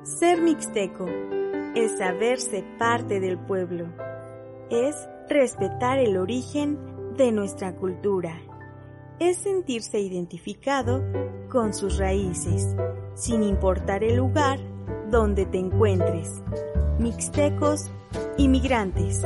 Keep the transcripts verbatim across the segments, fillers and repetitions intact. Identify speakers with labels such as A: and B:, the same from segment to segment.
A: Ser mixteco es saberse parte del pueblo, es respetar el origen de nuestra cultura, es sentirse identificado con sus raíces, sin importar el lugar donde te encuentres. Mixtecos inmigrantes.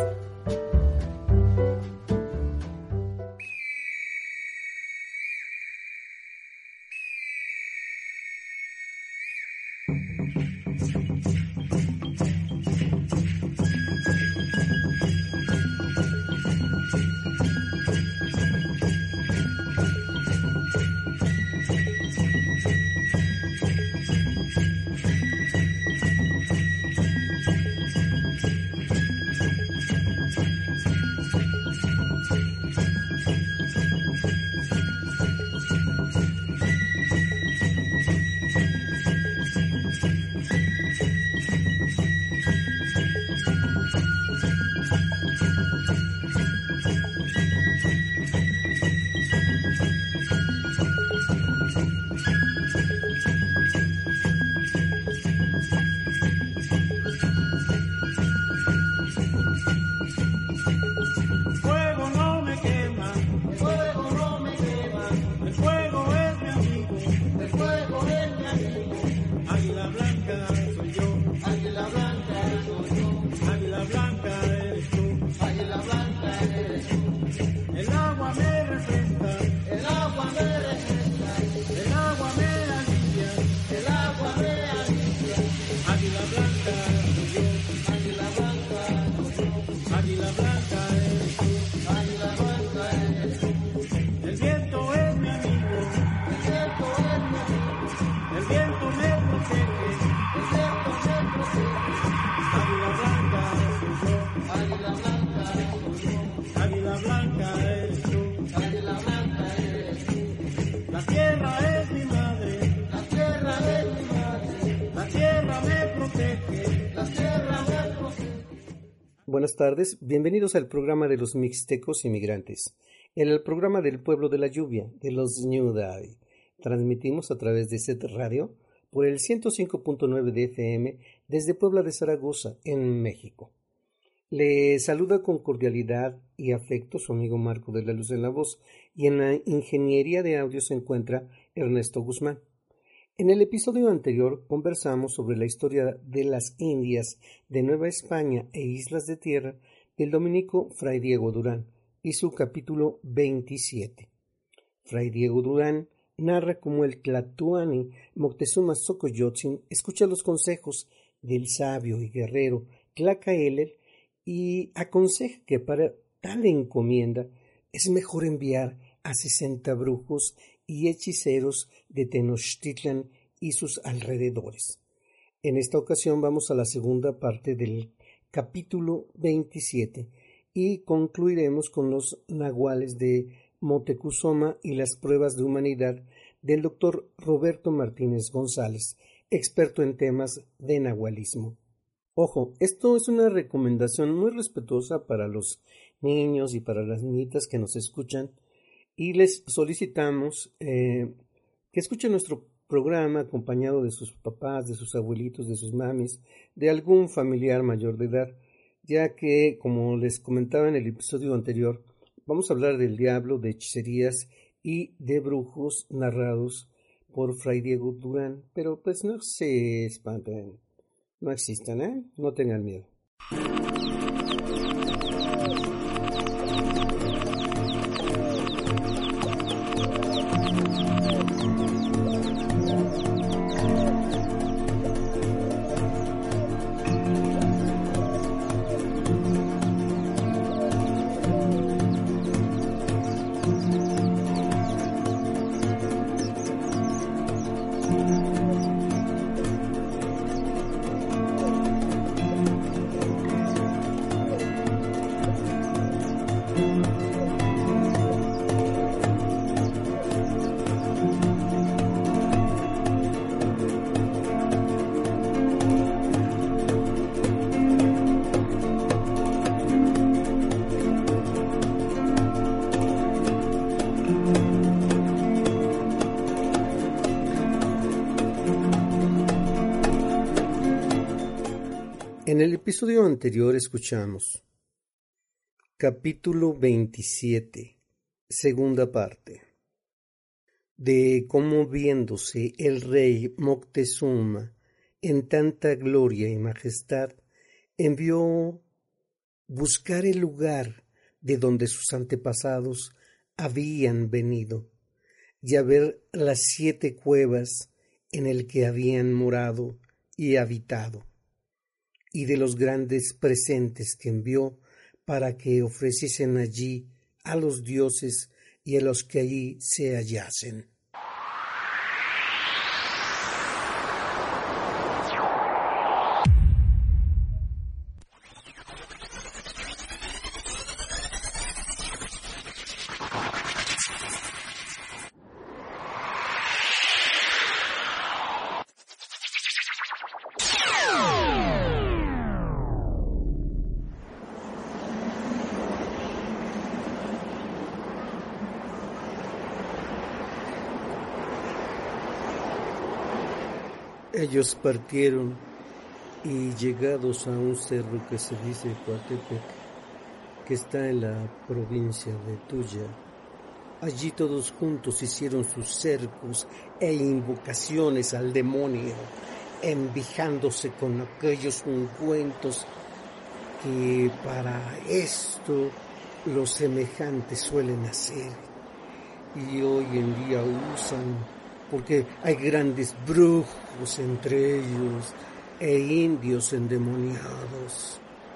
B: Buenas tardes, bienvenidos al programa de los Mixtecos Inmigrantes, el programa del pueblo de la lluvia, de los New Day. Transmitimos a través de Set Radio por el ciento cinco punto nueve de F M desde Puebla de Zaragoza, en México. Le saluda con cordialidad y afecto su amigo Marco de la Luz en la voz, y en la ingeniería de audio se encuentra Ernesto Guzmán. En el episodio anterior conversamos sobre la historia de las Indias de Nueva España e Islas de Tierra del dominico Fray Diego Durán y su capítulo veintisiete. Fray Diego Durán narra cómo el Tlatoani Moctezuma Xocoyotzin escucha los consejos del sabio y guerrero Tlacaelel y aconseja que para tal encomienda es mejor enviar a sesenta brujos y hechiceros de Tenochtitlan y sus alrededores. En esta ocasión vamos a la segunda parte del capítulo veintisiete y concluiremos con los nahuales de Motecuzoma y las pruebas de humanidad del doctor Roberto Martínez González, experto en temas de nahualismo. Ojo, esto es una recomendación muy respetuosa para los niños y para las niñitas que nos escuchan, y les solicitamos eh, que escuchen nuestro programa acompañado de sus papás, de sus abuelitos, de sus mamis, de algún familiar mayor de edad, ya que, como les comentaba en el episodio anterior, vamos a hablar del diablo, de hechicerías y de brujos narrados por Fray Diego Durán, pero pues no se espanten, no existen, ¿eh? No tengan miedo. En el episodio anterior escuchamos capítulo veintisiete, segunda parte, de cómo viéndose el rey Moctezuma en tanta gloria y majestad, envió buscar el lugar de donde sus antepasados habían venido y a ver las siete cuevas en el que habían morado y habitado, y de los grandes presentes que envió para que ofreciesen allí a los dioses y a los que allí se hallasen. Ellos partieron y llegados a un cerro que se dice Coatepec, que está en la provincia de Tuya, allí todos juntos hicieron sus cercos e invocaciones al demonio, envijándose con aquellos ungüentos que para esto los semejantes suelen hacer y hoy en día usan, porque hay grandes brujos entre ellos e indios endemoniados.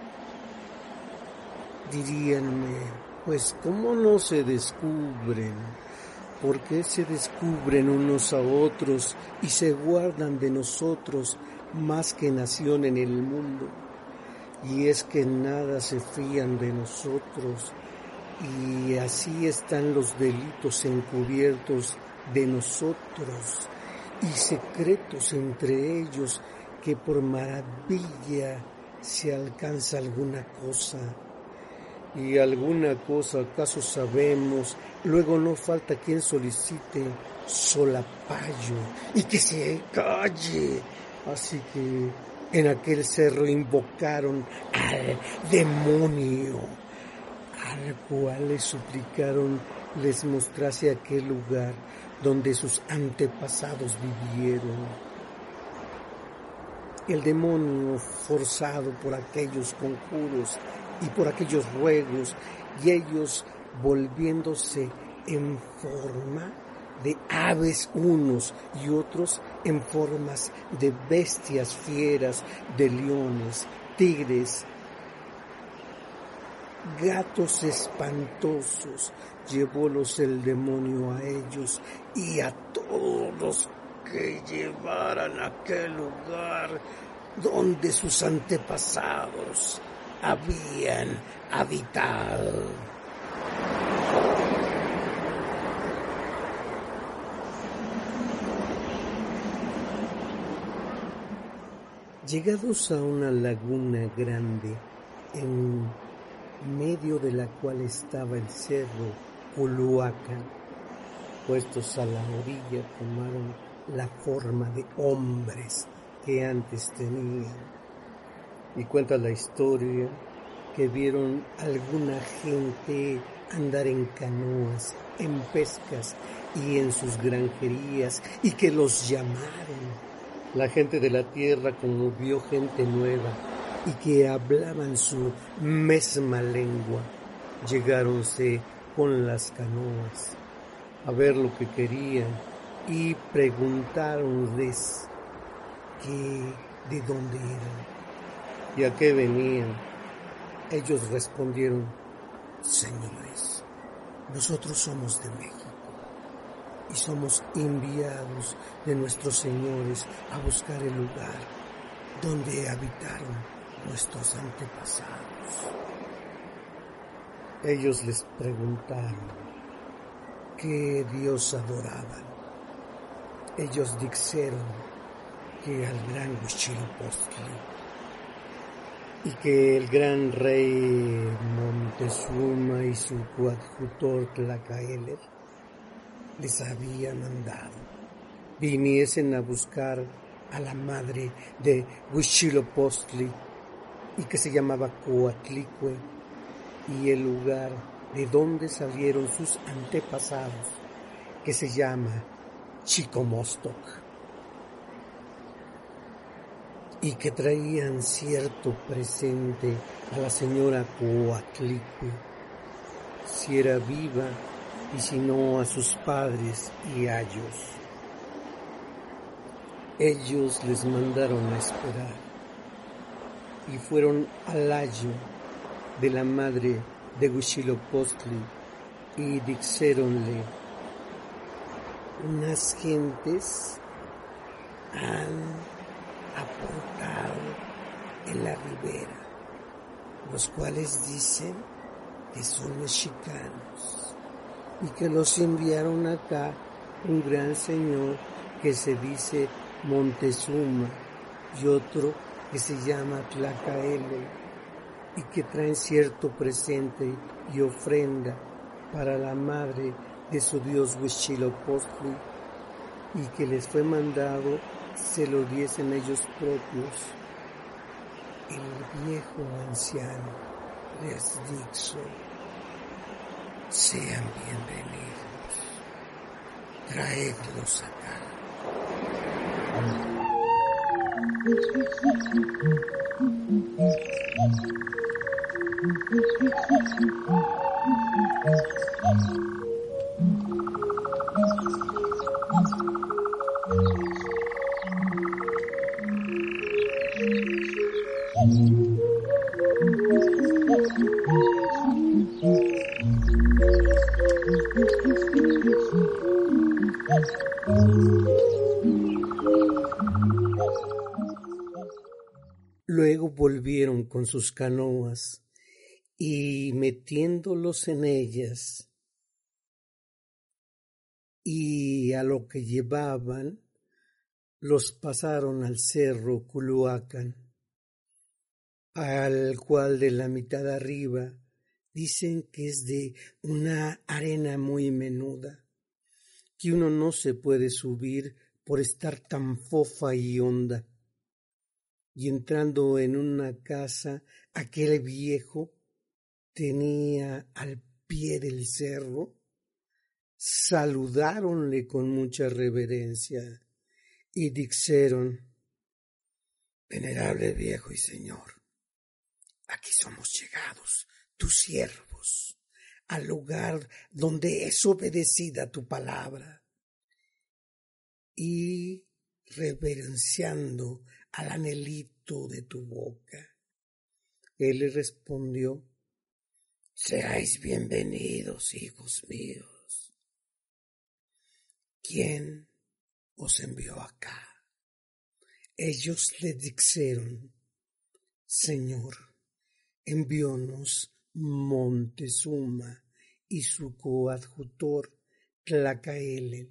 B: Diríanme, pues ¿cómo no se descubren? ¿Por qué se descubren unos a otros y se guardan de nosotros más que nación en el mundo? Y es que nada se fían de nosotros, y así están los delitos encubiertos de nosotros y secretos entre ellos, que por maravilla se alcanza alguna cosa. Y alguna cosa acaso sabemos, luego no falta quien solicite solapallo y que se calle. Así que en aquel cerro invocaron al demonio, al cual les suplicaron les mostrase aquel lugar donde sus antepasados vivieron. El demonio, forzado por aquellos conjuros y por aquellos ruegos, y ellos volviéndose en forma de aves unos y otros en formas de bestias fieras, de leones, tigres, gatos espantosos, llevólos el demonio a ellos y a todos los que llevaran a aquel lugar donde sus antepasados habían habitado. Llegados a una laguna grande, en medio de la cual estaba el cerro Culhuacan, puestos a la orilla tomaron la forma de hombres que antes tenían. Y cuenta la historia que vieron alguna gente andar en canoas, en pescas y en sus granjerías, y que los llamaron. La gente de la tierra, como vio gente nueva y que hablaban su mesma lengua, llegáronse con las canoas a ver lo que querían y preguntáronles que de dónde eran y a qué venían. Ellos respondieron: señores, nosotros somos de México y somos enviados de nuestros señores a buscar el lugar donde habitaron nuestros antepasados. Ellos les preguntaron qué Dios adoraban. Ellos dijeron que al gran Huitzilopochtli, y que el gran rey Montezuma y su coadjutor Tlacaelel les había mandado viniesen a buscar a la madre de Huitzilopochtli y que se llamaba Coatlicue, y el lugar de donde salieron sus antepasados, que se llama Chicomostoc, y que traían cierto presente a la señora Coatlicue, si era viva, y si no a sus padres y ayos. Ellos les mandaron a esperar, y fueron al ayo de la madre de Huitzilopochtli, y dixéronle: unas gentes han aportado en la ribera, los cuales dicen que son mexicanos, y que los enviaron acá un gran señor que se dice Montezuma y otro que se llama Tlacaele, y que traen cierto presente y ofrenda para la madre de su dios Huitzilopochtli, y que les fue mandado se lo diesen ellos propios. El viejo anciano les dijo: sean bienvenidos, traedlos acá. Luego volvieron con sus canoas y metiéndolos en ellas y a lo que llevaban, los pasaron al cerro Culhuacán, al cual de la mitad arriba dicen que es de una arena muy menuda, que uno no se puede subir por estar tan fofa y honda. Y entrando en una casa, aquel viejo tenía al pie del cerro, saludáronle con mucha reverencia y dixeron: venerable viejo y señor, aquí somos llegados, tus siervos, al lugar donde es obedecida tu palabra. Y reverenciando al anhelito de tu boca, él le respondió: seáis bienvenidos, hijos míos. ¿Quién os envió acá? Ellos le dijeron: Señor, enviónos Montezuma y su coadjutor Tlacaele,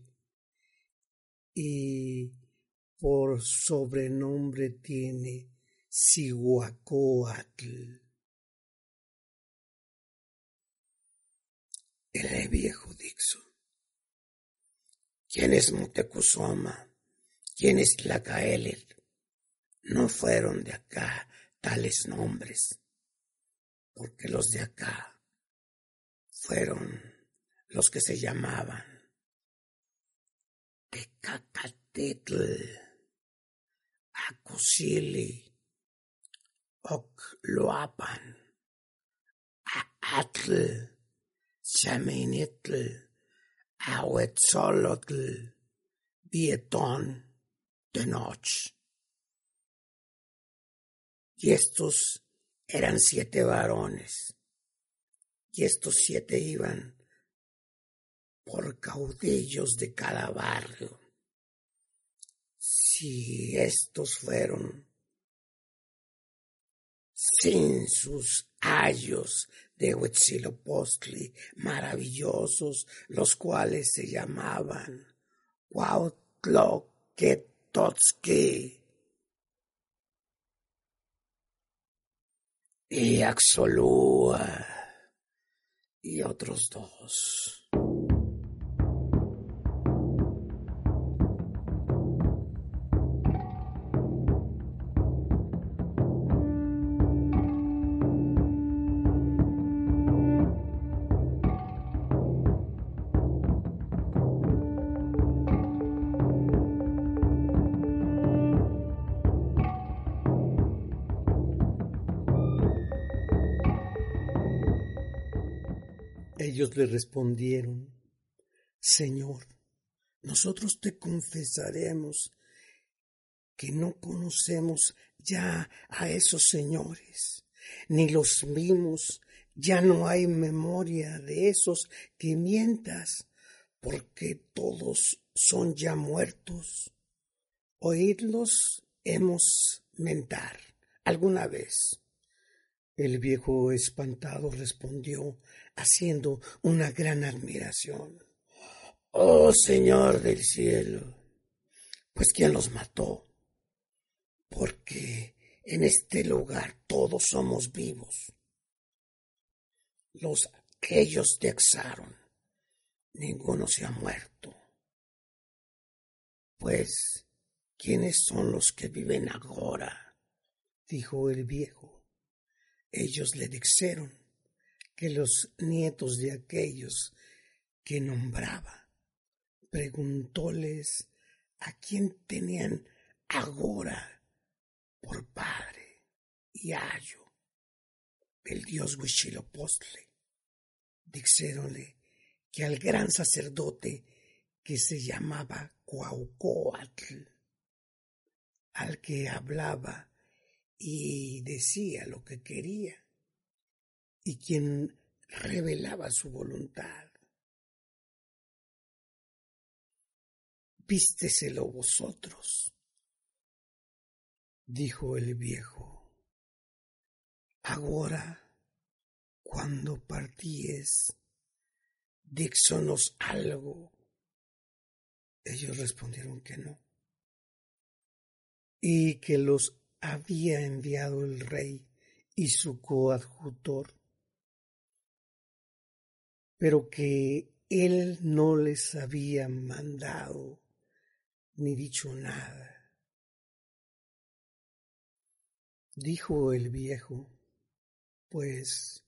B: y por sobrenombre tiene Cihuacóatl. El viejo dijo: ¿quién es Moctezuma? ¿Quién es Tlacaele? No fueron de acá tales nombres, porque los de acá fueron los que se llamaban Tecacatitl, Acusili, Ocloapan, Aatl, Chaminitl, Ahuetzolotl, Vietón, Tenoch. Y estos eran siete varones, y estos siete iban por caudillos de cada barrio. Si estos fueron sin sus ayos de Huitzilopochtli maravillosos, los cuales se llamaban Cuautloquetotzki y Axolúa y otros dos. Ellos le respondieron: Señor, nosotros te confesaremos que no conocemos ya a esos señores, ni los vimos, ya no hay memoria de esos que mientas, porque todos son ya muertos. Oídlos hemos mentar alguna vez. El viejo espantado respondió, haciendo una gran admiración: Oh Señor del cielo, pues ¿quién los mató? Porque en este lugar todos somos vivos. Los que ellos vexaron, ninguno se ha muerto. Pues, ¿quiénes son los que viven ahora? Dijo el viejo. Ellos le dijeron que los nietos de aquellos que nombraba. Preguntóles a quién tenían ahora por padre, y Ayo, el dios Huitzilopochtli. Dijéronle que al gran sacerdote que se llamaba Cuauhcoatl, al que hablaba y decía lo que quería, y quien revelaba su voluntad. Vísteselo vosotros, dijo el viejo. Ahora, cuando partíes, díxonos algo. Ellos respondieron que no, y que los había enviado el rey y su coadjutor, pero que él no les había mandado ni dicho nada. Dijo el viejo: Pues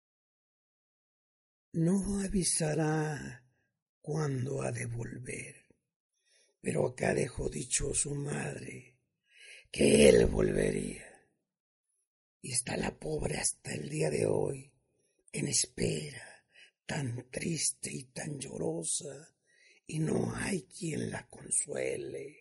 B: no avisará cuándo ha de volver, pero acá dejó dicho su madre que él volvería, y está la pobre hasta el día de hoy en espera, tan triste y tan llorosa, y no hay quien la consuele.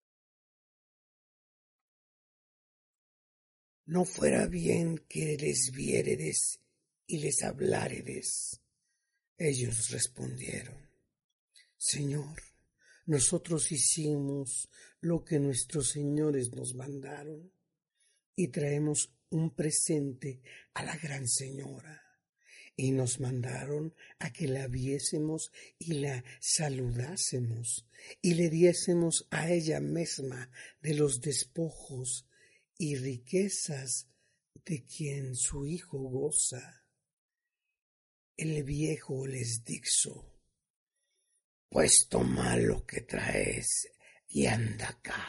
B: No fuera bien que les viéredes y les habláredes. Ellos respondieron: Señor, nosotros hicimos lo que nuestros señores nos mandaron, y traemos un presente a la gran señora, y nos mandaron a que la viésemos y la saludásemos, y le diésemos a ella misma de los despojos y riquezas de quien su hijo goza. El viejo les dijo: Pues toma lo que traes y anda acá.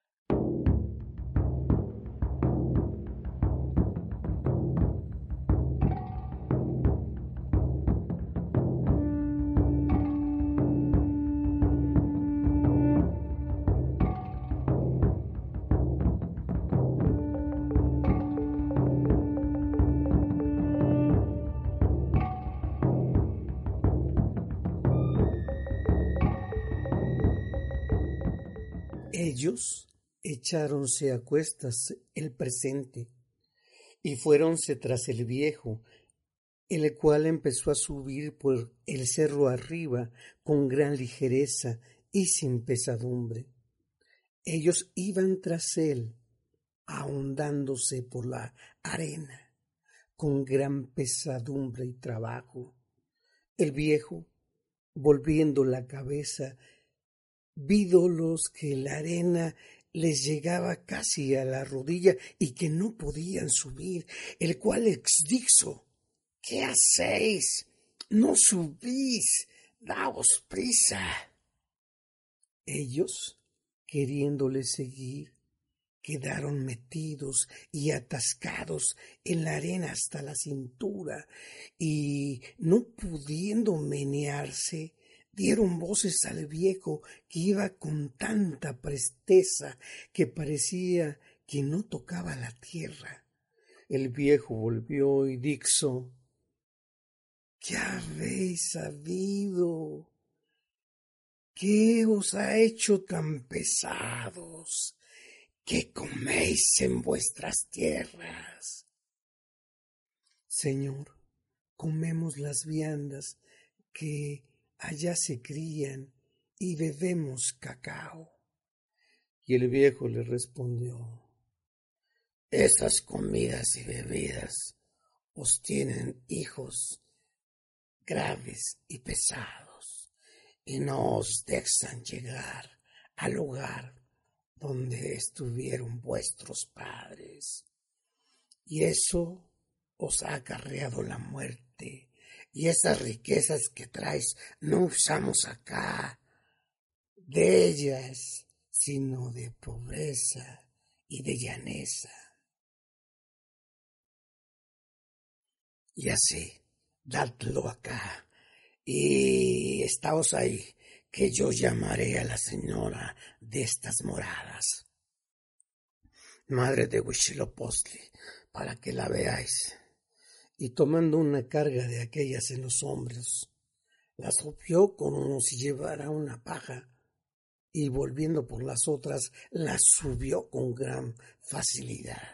B: Ellos echáronse a cuestas el presente y fuéronse tras el viejo, el cual empezó a subir por el cerro arriba con gran ligereza y sin pesadumbre. Ellos iban tras él, ahondándose por la arena, con gran pesadumbre y trabajo. El viejo, volviendo la cabeza, vídolos que la arena les llegaba casi a la rodilla y que no podían subir, el cual les dijo: ¿Qué hacéis? No subís, daos prisa. Ellos, queriéndole seguir, quedaron metidos y atascados en la arena hasta la cintura, y no pudiendo menearse, dieron voces al viejo, que iba con tanta presteza que parecía que no tocaba la tierra. El viejo volvió y dijo:
C: ¿qué habéis sabido? ¿Qué os ha hecho tan pesados? ¿Qué coméis en vuestras tierras? Señor, comemos las viandas que allá se crían y bebemos cacao. Y el viejo le respondió: esas comidas y bebidas os tienen hijos graves y pesados, y no os dejan llegar al lugar donde estuvieron vuestros padres. Y eso os ha acarreado la muerte, y esas riquezas que traéis no usamos acá de ellas, sino de pobreza y de llaneza. Y así, dadlo acá, y estáos ahí, que yo llamaré a la señora de estas moradas, madre de Huitzilopochtli, para que la veáis. Y tomando una carga de aquellas en los hombros, la subió como si llevara una paja, y volviendo por las otras, la subió con gran facilidad.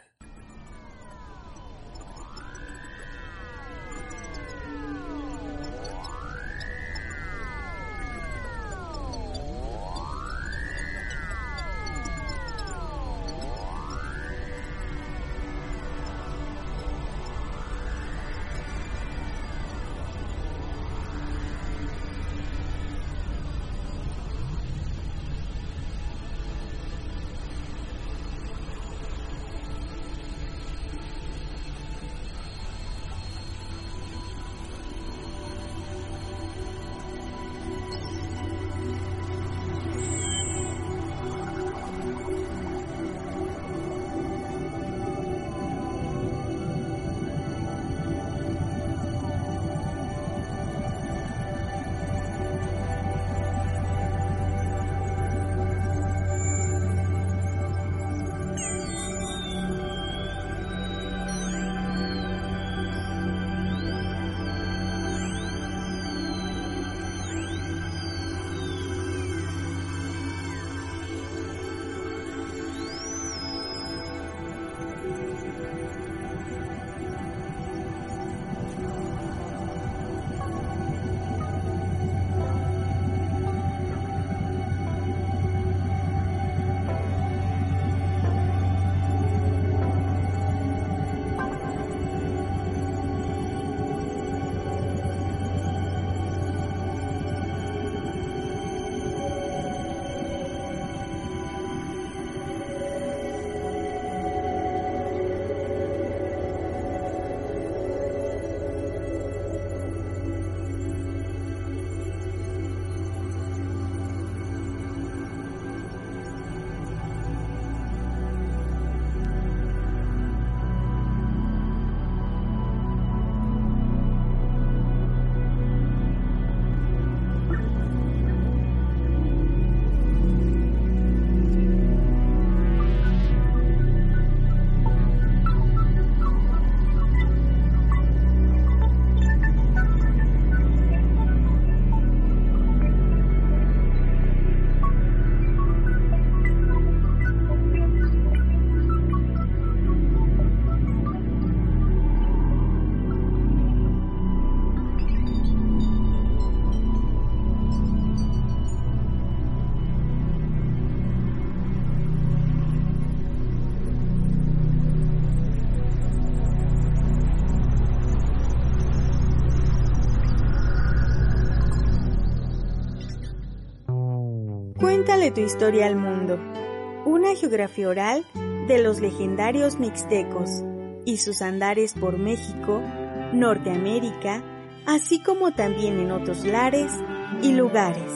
A: Cuéntale tu historia al mundo. Una geografía oral de los legendarios mixtecos y sus andares por México, Norteamérica, así como también en otros lares y lugares.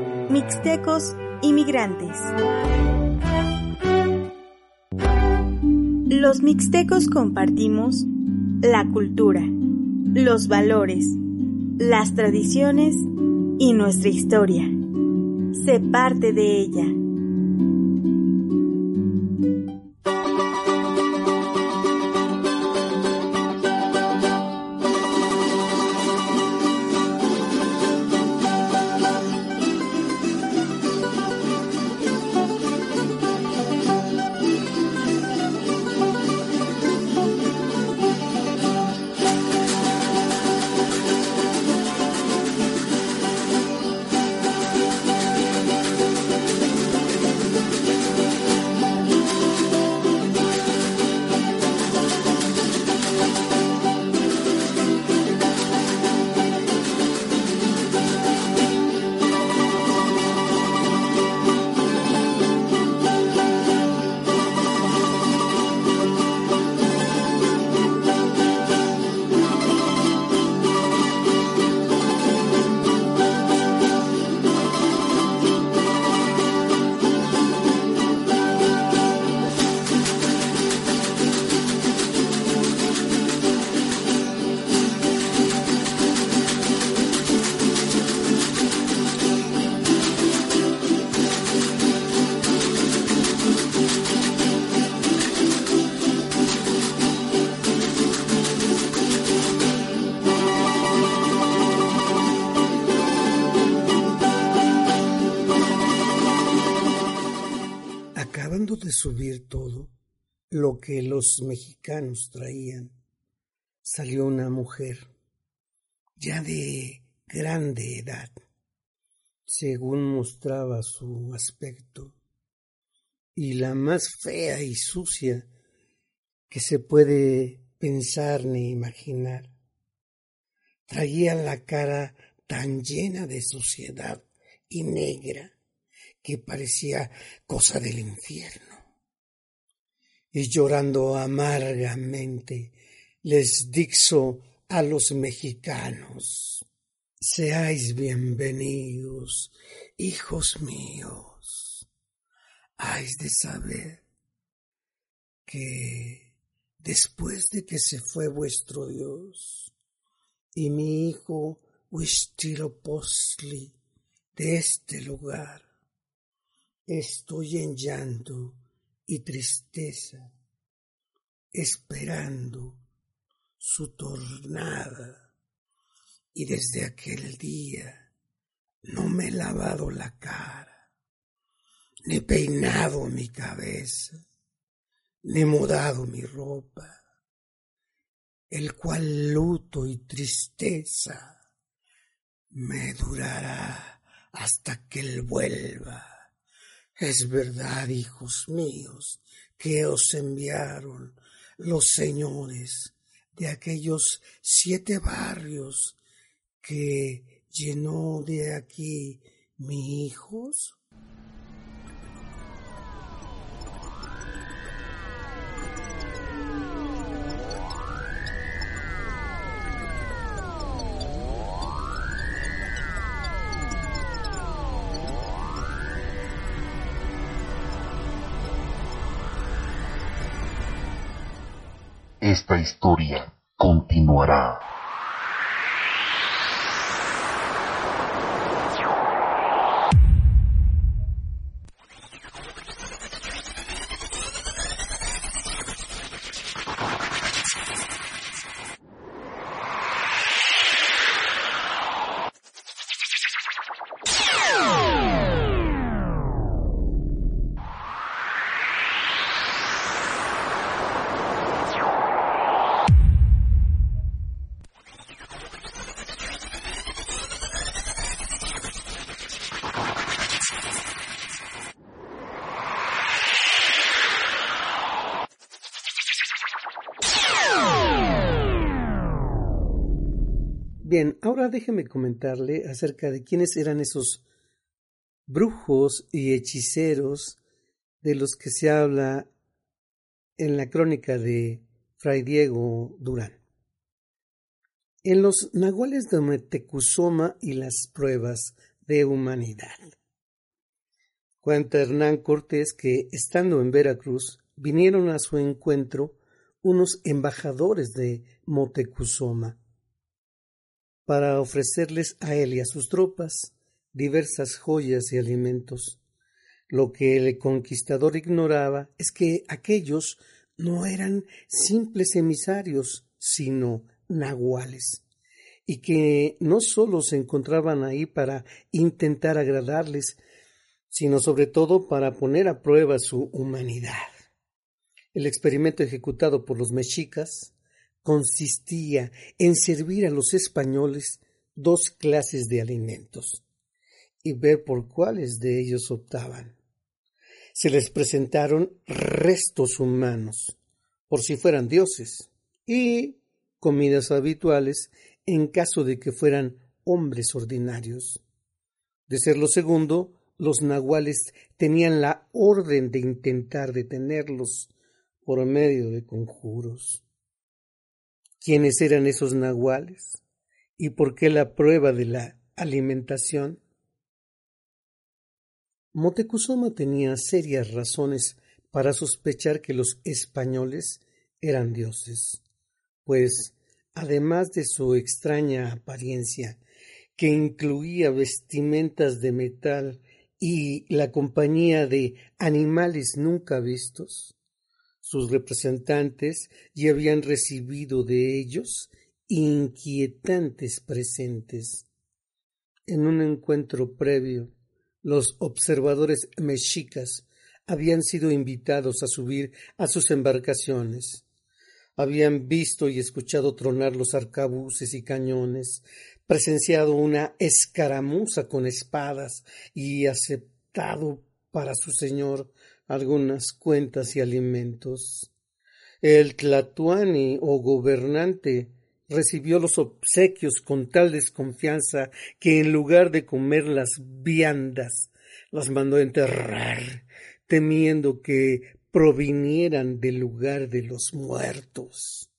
A: Mixtecos inmigrantes. Los mixtecos compartimos la cultura, los valores, las tradiciones y nuestra historia. Sé parte de ella.
C: acabando de subir todo lo que los mexicanos traían, salió una mujer, ya de grande edad, según mostraba su aspecto, y la más fea y sucia que se puede pensar ni imaginar. Traía la cara tan llena de suciedad y negra que parecía cosa del infierno. Y llorando amargamente les dijo a los mexicanos: seáis bienvenidos, hijos míos. Habéis de saber que después de que se fue vuestro Dios y mi hijo Huitzilopochtli de este lugar, estoy en llanto y tristeza, esperando su tornada, y desde aquel día no me he lavado la cara, ni peinado mi cabeza, ni mudado mi ropa, el cual luto y tristeza me durará hasta que él vuelva. Es verdad, hijos míos, que os enviaron los señores de aquellos siete barrios que llenó de aquí mi hijos.
D: Esta historia continuará.
B: Bien, ahora déjeme comentarle acerca de quiénes eran esos brujos y hechiceros de los que se habla en la crónica de Fray Diego Durán. En los nahuales de Moctezuma y las pruebas de humanidad. Cuenta Hernán Cortés que, estando en Veracruz, vinieron a su encuentro unos embajadores de Moctezuma para ofrecerles a él y a sus tropas diversas joyas y alimentos. Lo que el conquistador ignoraba es que aquellos no eran simples emisarios, sino nahuales, y que no solo se encontraban ahí para intentar agradarles, sino sobre todo para poner a prueba su humanidad. El experimento ejecutado por los mexicas consistía en servir a los españoles dos clases de alimentos y ver por cuáles de ellos optaban. Se les presentaron restos humanos, por si fueran dioses, y comidas habituales en caso de que fueran hombres ordinarios. De ser lo segundo, los nahuales tenían la orden de intentar detenerlos por medio de conjuros. ¿Quiénes eran esos nahuales? ¿Y por qué la prueba de la alimentación? Moctezuma tenía serias razones para sospechar que los españoles eran dioses, pues, además de su extraña apariencia, que incluía vestimentas de metal y la compañía de animales nunca vistos, sus representantes ya habían recibido de ellos inquietantes presentes. En un encuentro previo, los observadores mexicas habían sido invitados a subir a sus embarcaciones. Habían visto y escuchado tronar los arcabuces y cañones, presenciado una escaramuza con espadas y aceptado para su señor algunas cuentas y alimentos. El tlatoani o gobernante recibió los obsequios con tal desconfianza que en lugar de comer las viandas, las mandó a enterrar, temiendo que provinieran del lugar de los muertos.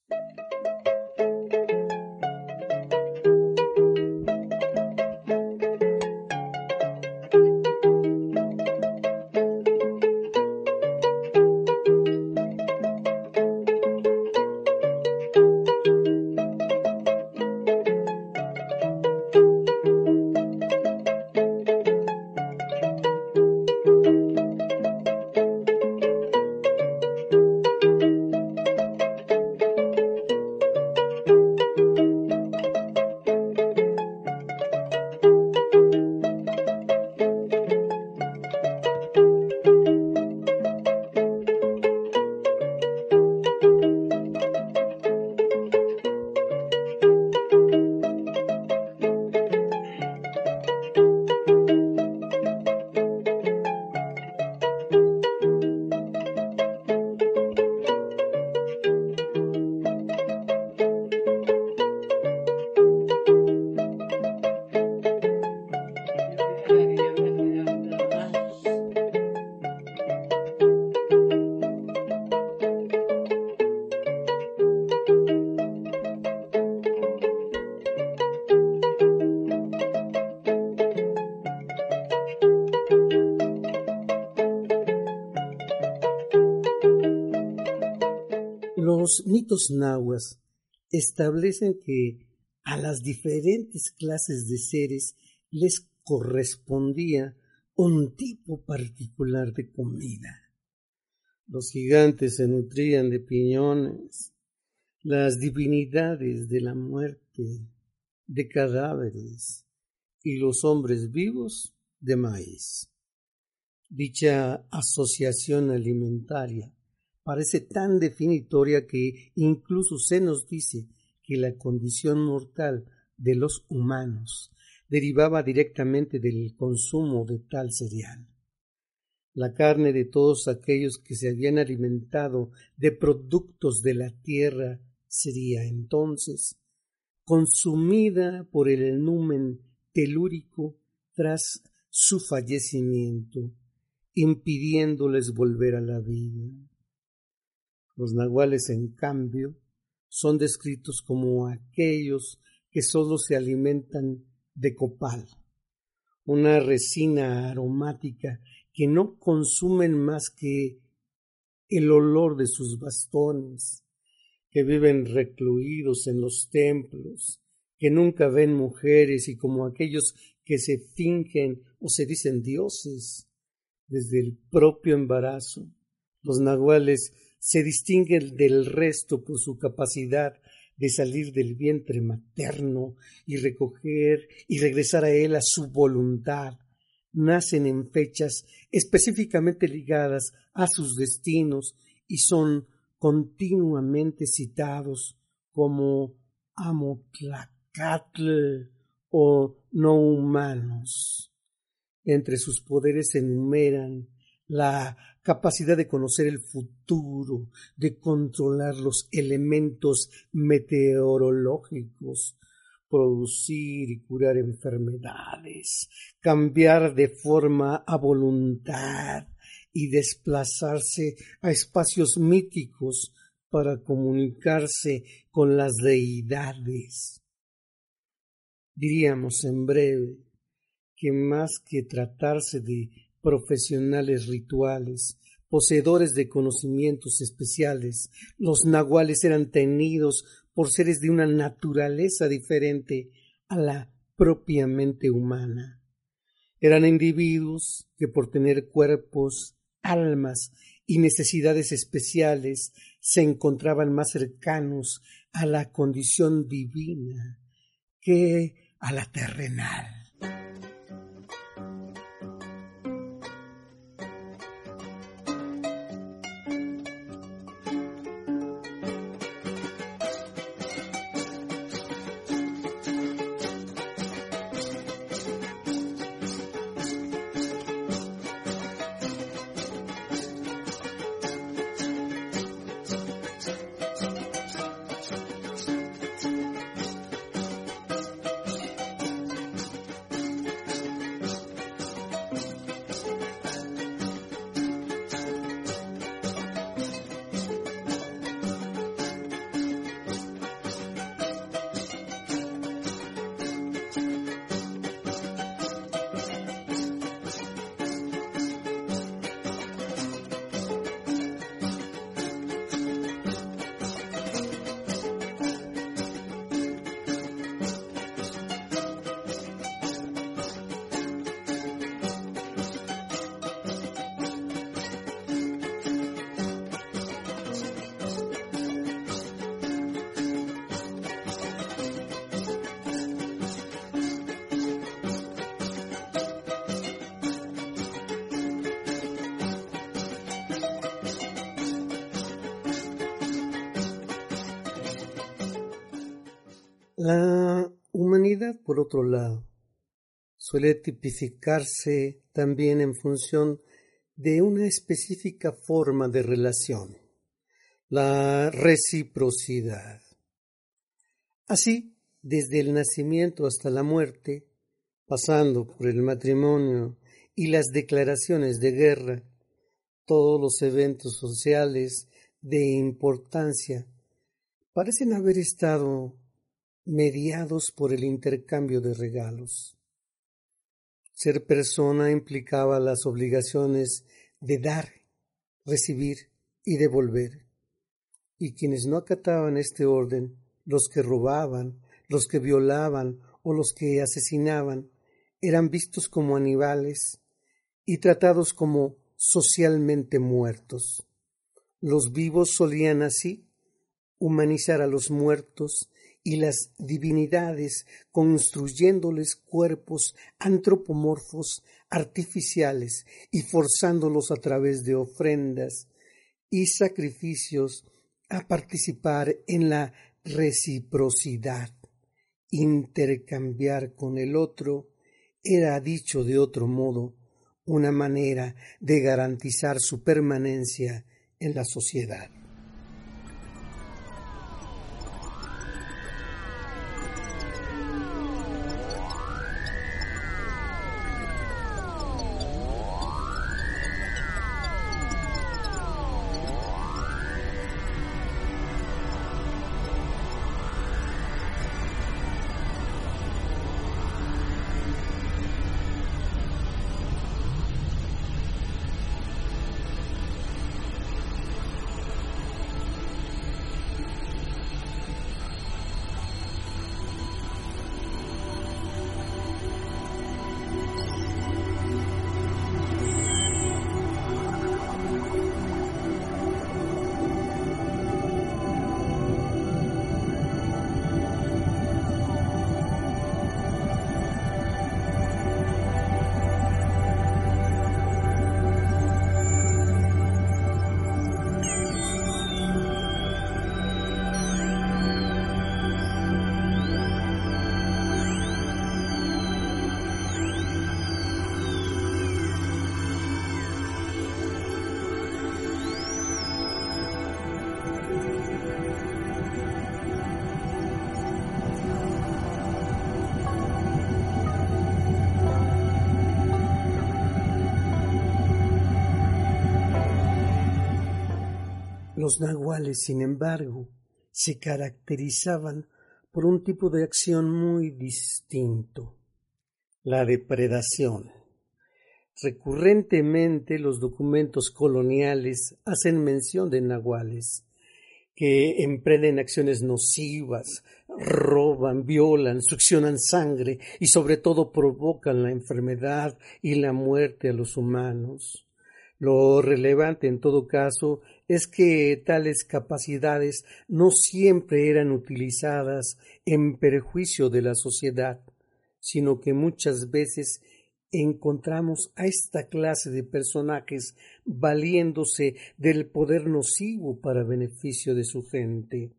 B: Los mitos nahuas establecen que a las diferentes clases de seres les correspondía un tipo particular de comida. Los gigantes se nutrían de piñones, las divinidades de la muerte, de cadáveres, y los hombres vivos de maíz. Dicha asociación alimentaria parece tan definitoria que incluso se nos dice que la condición mortal de los humanos derivaba directamente del consumo de tal cereal. La carne de todos aquellos que se habían alimentado de productos de la tierra sería entonces consumida por el numen telúrico tras su fallecimiento, impidiéndoles volver a la vida. Los nahuales, en cambio, son descritos como aquellos que sólo se alimentan de copal, una resina aromática que no consumen más que el olor de sus bastones, que viven recluidos en los templos, que nunca ven mujeres y como aquellos que se fingen o se dicen dioses desde el propio embarazo. Los nahuales se distinguen del resto por su capacidad de salir del vientre materno y recoger y regresar a él a su voluntad. Nacen en fechas específicamente ligadas a sus destinos y son continuamente citados como Amotlacatl o no humanos. Entre sus poderes se enumeran la capacidad de conocer el futuro, de controlar los elementos meteorológicos, producir y curar enfermedades, cambiar de forma a voluntad y desplazarse a espacios míticos para comunicarse con las deidades. Diríamos en breve que más que tratarse de profesionales rituales, poseedores de conocimientos especiales, los nahuales eran tenidos por seres de una naturaleza diferente a la propiamente humana. Eran individuos que por tener cuerpos, almas y necesidades especiales se encontraban más cercanos a la condición divina que a la terrenal. La humanidad, por otro lado, suele tipificarse también en función de una específica forma de relación, la reciprocidad. Así, desde el nacimiento hasta la muerte, pasando por el matrimonio y las declaraciones de guerra, todos los eventos sociales de importancia parecen haber estado mediados por el intercambio de regalos. Ser persona implicaba las obligaciones de dar, recibir y devolver, y quienes no acataban este orden, los que robaban, los que violaban o los que asesinaban, eran vistos como animales y tratados como socialmente muertos. Los vivos solían así humanizar a los muertos y las divinidades, construyéndoles cuerpos antropomorfos artificiales y forzándolos a través de ofrendas y sacrificios a participar en la reciprocidad. Intercambiar con el otro era, dicho de otro modo, una manera de garantizar su permanencia en la sociedad. Los nahuales, sin embargo, se caracterizaban por un tipo de acción muy distinto: la depredación. Recurrentemente los documentos coloniales hacen mención de nahuales que emprenden acciones nocivas, roban, violan, succionan sangre y sobre todo provocan la enfermedad y la muerte a los humanos. Lo relevante en todo caso es que tales capacidades no siempre eran utilizadas en perjuicio de la sociedad, sino que muchas veces encontramos a esta clase de personajes valiéndose del poder nocivo para beneficio de su gente.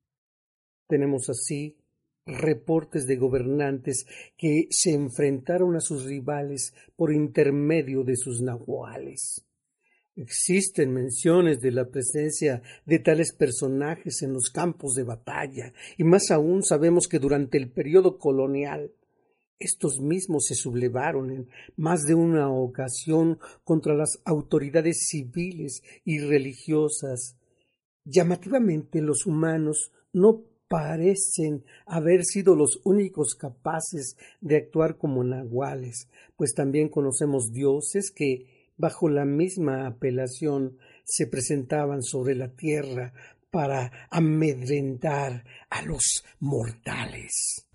B: Tenemos así reportes de gobernantes que se enfrentaron a sus rivales por intermedio de sus nahuales. Existen menciones de la presencia de tales personajes en los campos de batalla, y más aún sabemos que durante el periodo colonial estos mismos se sublevaron en más de una ocasión contra las autoridades civiles y religiosas. Llamativamente, los humanos no parecen haber sido los únicos capaces de actuar como nahuales, pues también conocemos dioses que, bajo la misma apelación, se presentaban sobre la tierra para amedrentar a los mortales.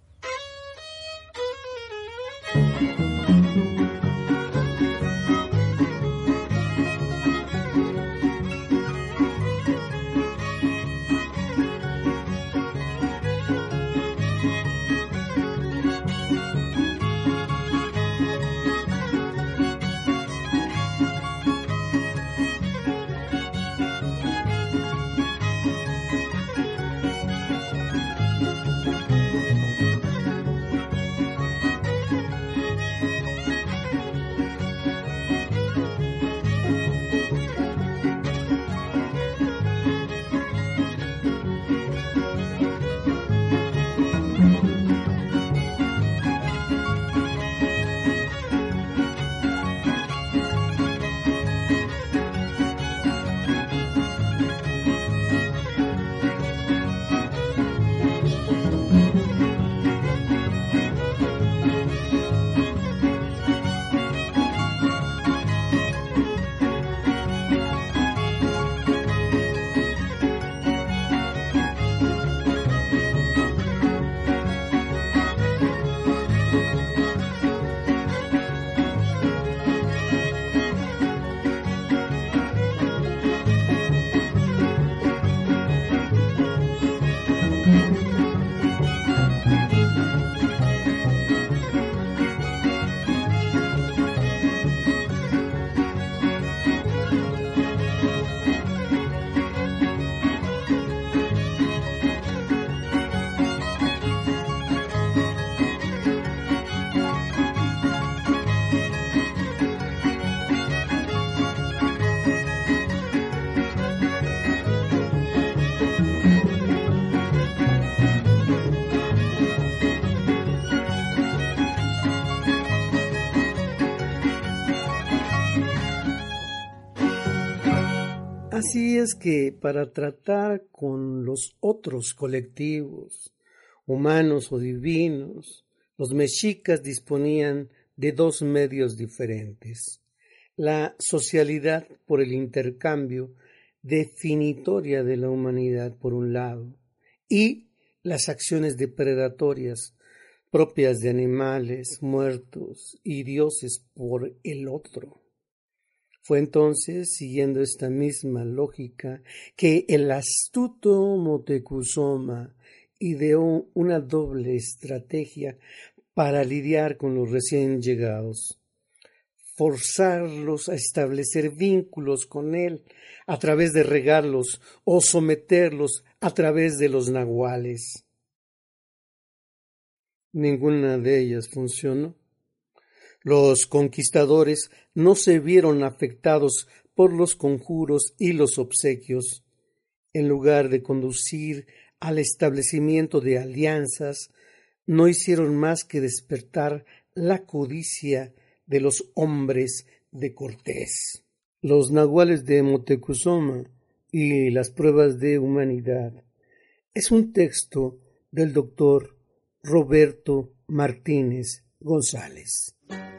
B: Así es que para tratar con los otros colectivos, humanos o divinos, los mexicas disponían de dos medios diferentes: la socialidad por el intercambio definitoria de la humanidad por un lado, y las acciones depredatorias propias de animales muertos y dioses por el otro. Fue entonces, siguiendo esta misma lógica, que el astuto Moctezuma ideó una doble estrategia para lidiar con los recién llegados: forzarlos a establecer vínculos con él a través de regalos o someterlos a través de los nahuales. Ninguna de ellas funcionó. Los conquistadores no se vieron afectados por los conjuros y los obsequios. En lugar de conducir al establecimiento de alianzas, no hicieron más que despertar la codicia de los hombres de Cortés. Los nahuales de Moctezuma y las pruebas de humanidad es un texto del doctor Roberto Martínez González.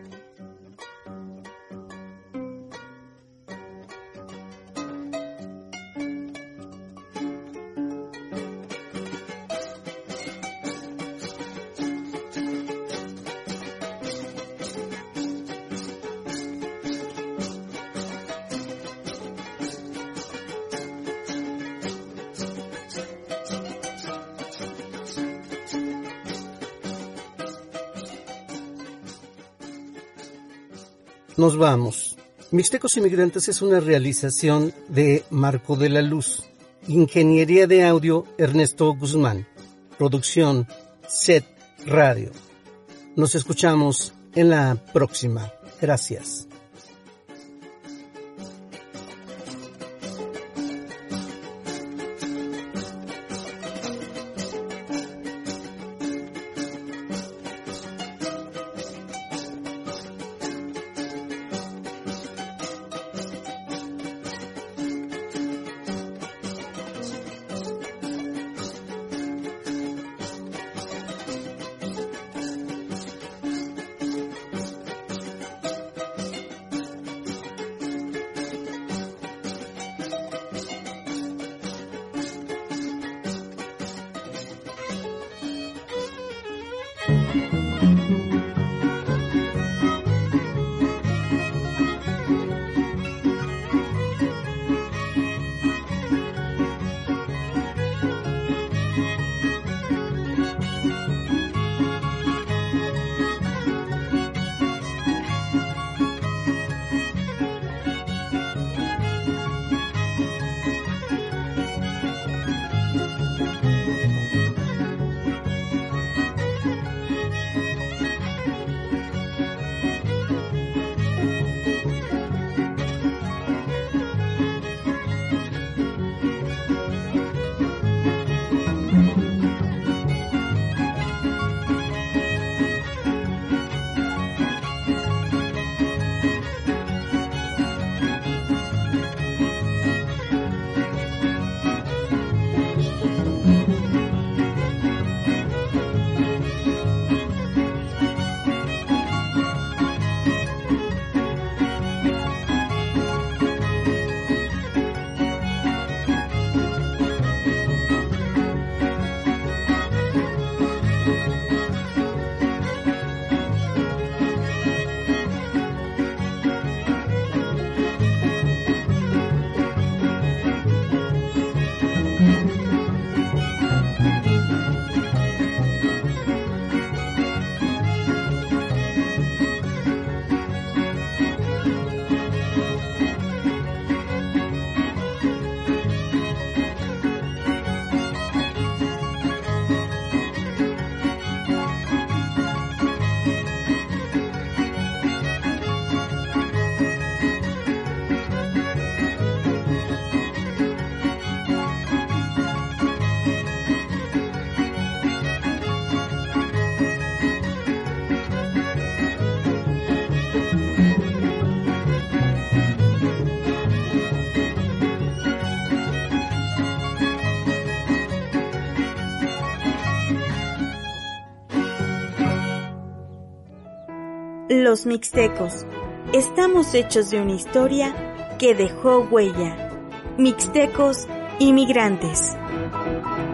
B: Nos vamos. Mixtecos Inmigrantes es una realización de Marco de la Luz. Ingeniería de audio Ernesto Guzmán. Producción Set Radio. Nos escuchamos en la próxima. Gracias.
A: Los mixtecos. Estamos hechos de una historia que dejó huella. Mixtecos inmigrantes.